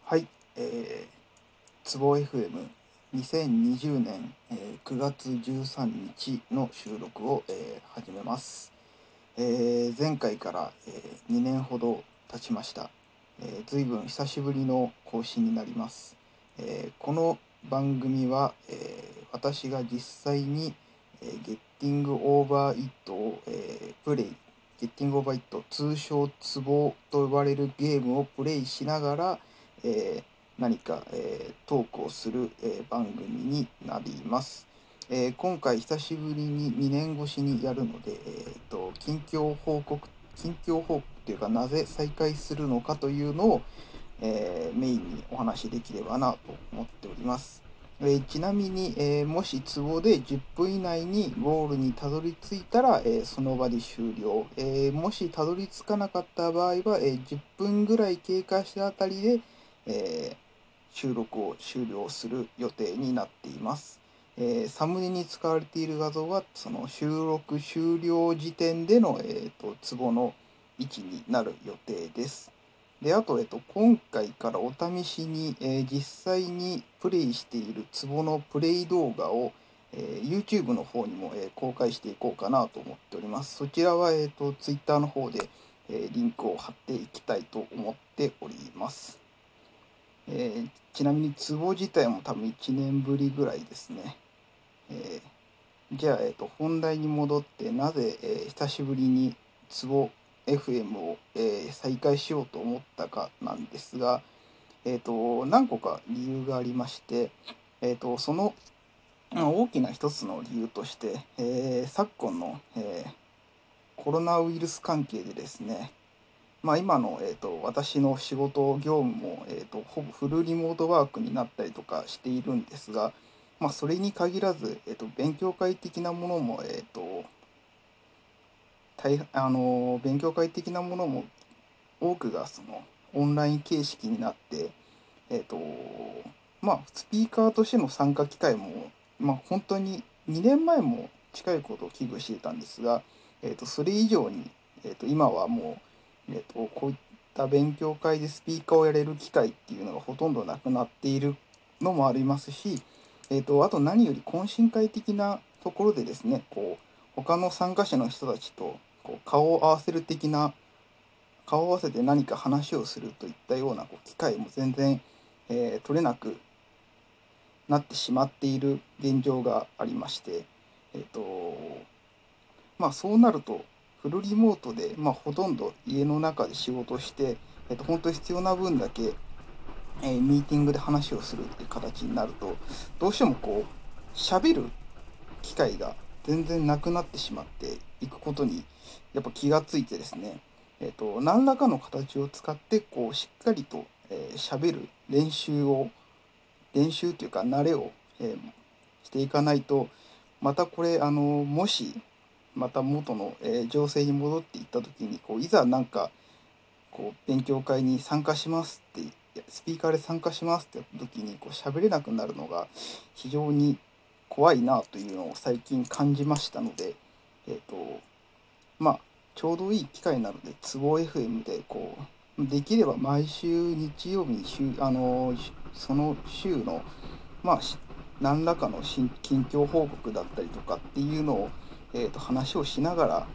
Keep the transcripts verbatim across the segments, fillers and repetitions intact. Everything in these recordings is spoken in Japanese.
はい、えー、つぼ エフエムにせんにじゅうねん、えーくがつじゅうさんにちの収録を、えー始めます。えー前回から、えーにねんほど経ちました。えー、ずいぶん久しぶりの更新になります。えーこの番組は、えー私が実際に、えー、ゲッティングオーバーイットを、えープレイ、ゲッティングオーバーイット、通称ツボと呼ばれるゲームをプレイしながら、えー何か、えートークをする、えー番組になります。えー今回久しぶりににねんごしにやるので、えーと、近況報告、近況報告というか、なぜ再開するのかというのを、えーメインにお話しできればなと思っております。えーちなみに、えーもしツボでじゅっぷん以内にゴールにたどり着いたら、えーその場で終了。えーもしたどり着かなかった場合は、えーじゅっぷんぐらい経過したあたりで、えー収録を終了する予定になっています。えーサムネに使われている画像は、その収録終了時点での、えーと、ツボの位置になる予定です。で、あと、えっと、今回からお試しに、えー実際にプレイしているツボのプレイ動画を、えー YouTube の方にも、えー公開していこうかなと思っております。そちらは、えっと、Twitter の方で、えーリンクを貼っていきたいと思っております。えーちなみにツボ自体も多分いちねんぶりぐらいですね。えーじゃあ、えっと、本題に戻って、なぜ、えー久しぶりにツボ エフエム を、えー再開しようと思ったかなんですが、えっと、何個か理由がありまして、えっと、そのまあ大きな一つの理由として、えー昨今の、えーコロナウイルス関係でですね、まあ、今の、えーと、私の仕事業務も、えーと、ほぼフルリモートワークになったりとかしているんですが、まあ、それに限らず、えーと、勉強会的なものも、えーと、大あの勉強会的なものも多くがそのオンライン形式になって、えっと、まあ、スピーカーとしての参加機会も、まあ、本当ににねんまえも近いことを危惧していたんですが、えっと、それ以上に、えっと、今はもう、えっと、こういった勉強会でスピーカーをやれる機会っていうのがほとんどなくなっているのもありますし、えっと、あと何より懇親会的なところでですね、こう、他の参加者の人たちとこう顔を合わせる的な顔を合わせて何か話をするといったようなこう機会も全然、えー取れなくなってしまっている現状がありまして、えっと、まあそうなると、フルリモートで、まあ、ほとんど家の中で仕事をして、えっと、本当に必要な分だけ、えーミーティングで話をするっていう形になると、どうしてもこう、喋る機会が全然なくなってしまっていくことにやっぱ気がついてですね、えっと、何らかの形を使ってこうしっかりと、えー、喋る練習を練習というか慣れを、えーしていかないと、またこれあのもしまた元の、えー情勢に戻っていった時にこういざなんかこう勉強会に参加しますっていやスピーカーで参加しますってやった時にこう喋れなくなるのが非常に怖いなというのを最近感じましたので、えっとまあちょうどいい機会なのでツボ エフエム でこうできれば毎週日曜日に週あのその週のまあし何らかの近近況報告だったりとかっていうのを、えーと話をしながら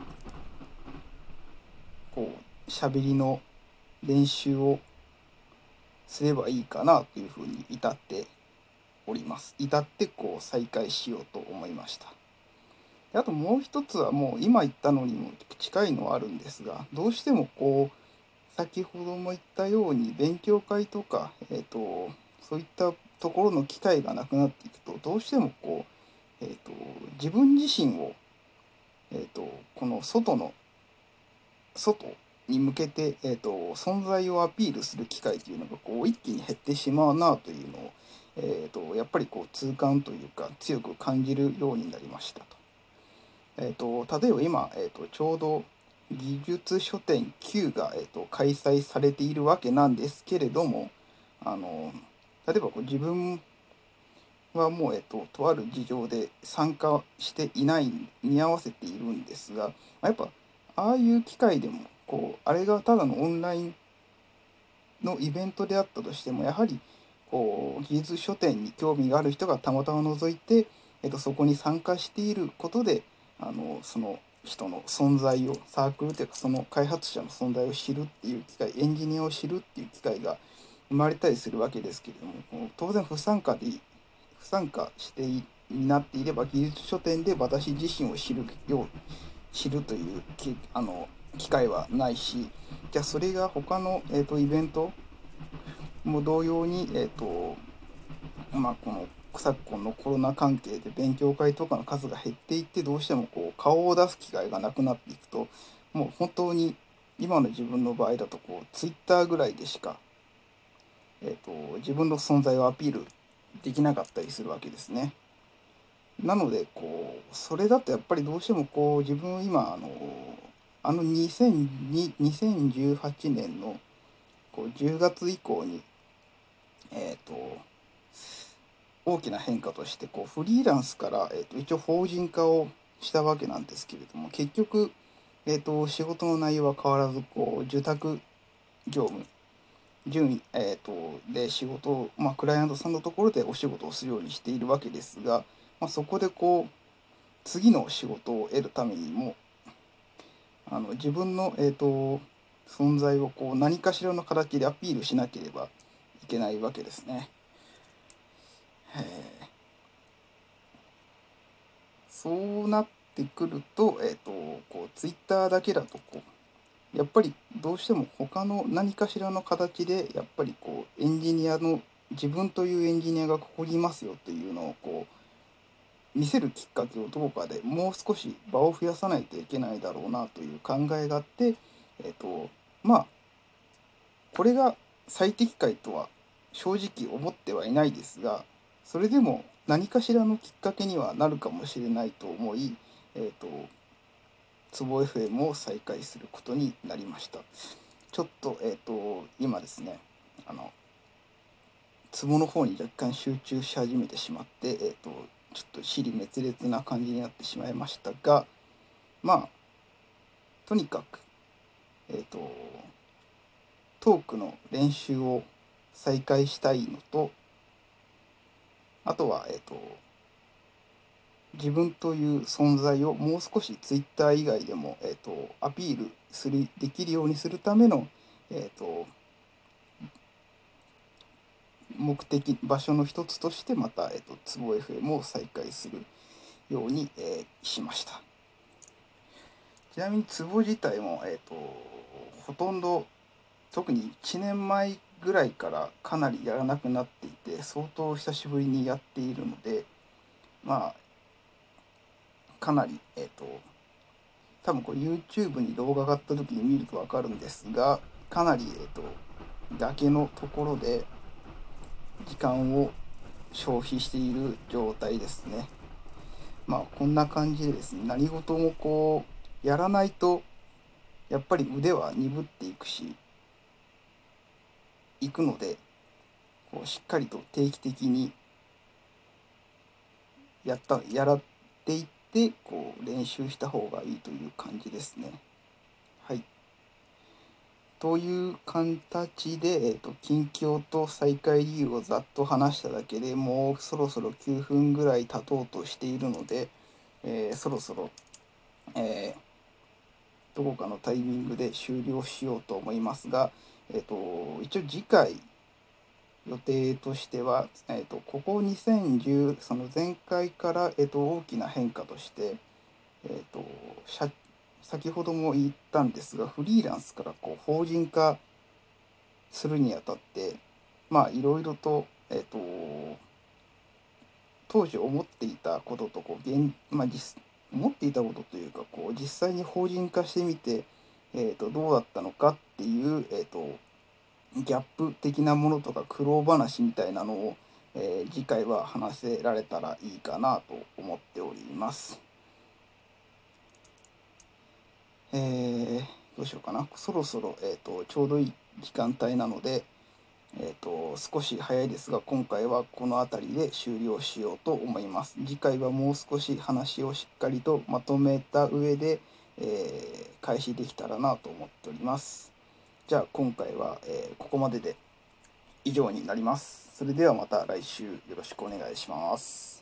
こう喋りの練習をすればいいかなというふうに至っております。至ってこう再開しようと思いました。であともう一つはもう今言ったのにも近いのはあるんですが、どうしてもこう先ほども言ったように勉強会とか、えーと、そういったところの機会がなくなっていくと、どうしてもこう、えーと、自分自身を、えーと、この外の外に向けて、えーと、存在をアピールする機会というのがこう一気に減ってしまうなというのを、えーと、やっぱりこう痛感というか強く感じるようになりましたと。えーと、例えば今、えーと、ちょうど技術書店 Q が、えーと、開催されているわけなんですけれども、あの例えばこう自分はもう、えーと、とある事情で参加していないに合わせているんですが、やっぱああいう機会でもこうあれがただのオンラインのイベントであったとしても、やはりこう技術書店に興味がある人がたまたま覗いて、えっと、そこに参加していることで、あのその人の存在を、サークルというかその開発者の存在を知るっていう機会、エンジニアを知るっていう機会が生まれたりするわけですけれども、こう当然不参加で不参加していになっていれば、技術書店で私自身を知るよう知るというきあの機会はないし、じゃあそれが他の、えーと、イベントも同様に、えーとまあ、この昨今のコロナ関係で勉強会とかの数が減っていって、どうしてもこう顔を出す機会がなくなっていくと、もう本当に今の自分の場合だとこうツイッターぐらいでしか、えーと自分の存在をアピールできなかったりするわけですね。なのでこうそれだとやっぱりどうしてもこう自分今あのあのにせんに にせんじゅうはちねんのこうじゅうがつ以降に、えーと大きな変化としてこうフリーランスから、えーと一応法人化をしたわけなんですけれども、結局、えーと仕事の内容は変わらずこう受託業務順位、えーとで仕事を、まあ、クライアントさんのところでお仕事をするようにしているわけですが、まあ、そこでこう次の仕事を得るためにも、あの自分の、えーと存在をこう何かしらの形でアピールしなければいけないわけですね。えーそうなってくると、えーとこうツイッターだけだとこうやっぱりどうしても他の何かしらの形でやっぱりこうエンジニアの自分というエンジニアがここにいますよというのをこう見せるきっかけをどこかでもう少し場を増やさないといけないだろうなという考えがあって、えっとまあこれが最適解とは正直思ってはいないですが、それでも何かしらのきっかけにはなるかもしれないと思い、えっとつぼ エフエム を再開することになりました。ちょっと、えっと今ですね、あのツボの方に若干集中し始めてしまって、えっとちょっと尻滅裂な感じになってしまいましたが、まあとにかく、えっとトークの練習を再開したいのと、あとは、えっと自分という存在をもう少しツイッター以外でも、えっとアピールするできるようにするための、えっと目的場所の一つとして、また、えっと、ツボ エフエム を再開するように、えーしました。ちなみにツボ自体も、えっと、ほとんど特にいちねんまえぐらいからかなりやらなくなっていて、相当久しぶりにやっているので、まあかなり、えっと多分これ YouTube に動画が上がった時に見ると分かるんですが、かなり、えっと崖のところで時間を消費している状態ですね。まあこんな感じでですね、何事もこうやらないとやっぱり腕は鈍っていくしいくので、こうしっかりと定期的にやったやらっていってこう練習した方がいいという感じですね。はい。という形で、えーと、近況と再開理由をざっと話しただけでもうそろそろきゅうふんぐらい経とうとしているので、えーそろそろ、えーどこかのタイミングで終了しようと思いますが、えーと、一応次回予定としては、えーと、ここにせんじゅうその前回から、えーと、大きな変化として、えーと、社先ほども言ったんですが、フリーランスからこう法人化するにあたって、まあいろいろと、えっと、当時思っていたこととこう現、まあ、実思っていたことというかこう実際に法人化してみて、えっと、どうだったのかっていう、えっと、ギャップ的なものとか苦労話みたいなのを、えー次回は話せられたらいいかなと思っております。えーどうしようかな。そろそろ、えっと、ちょうどいい時間帯なので、えーと、少し早いですが、今回はこの辺りで終了しようと思います。次回はもう少し話をしっかりとまとめた上で、えー開始できたらなと思っております。 じゃあ今回は、えーここまでで以上になります。それではまた来週よろしくお願いします。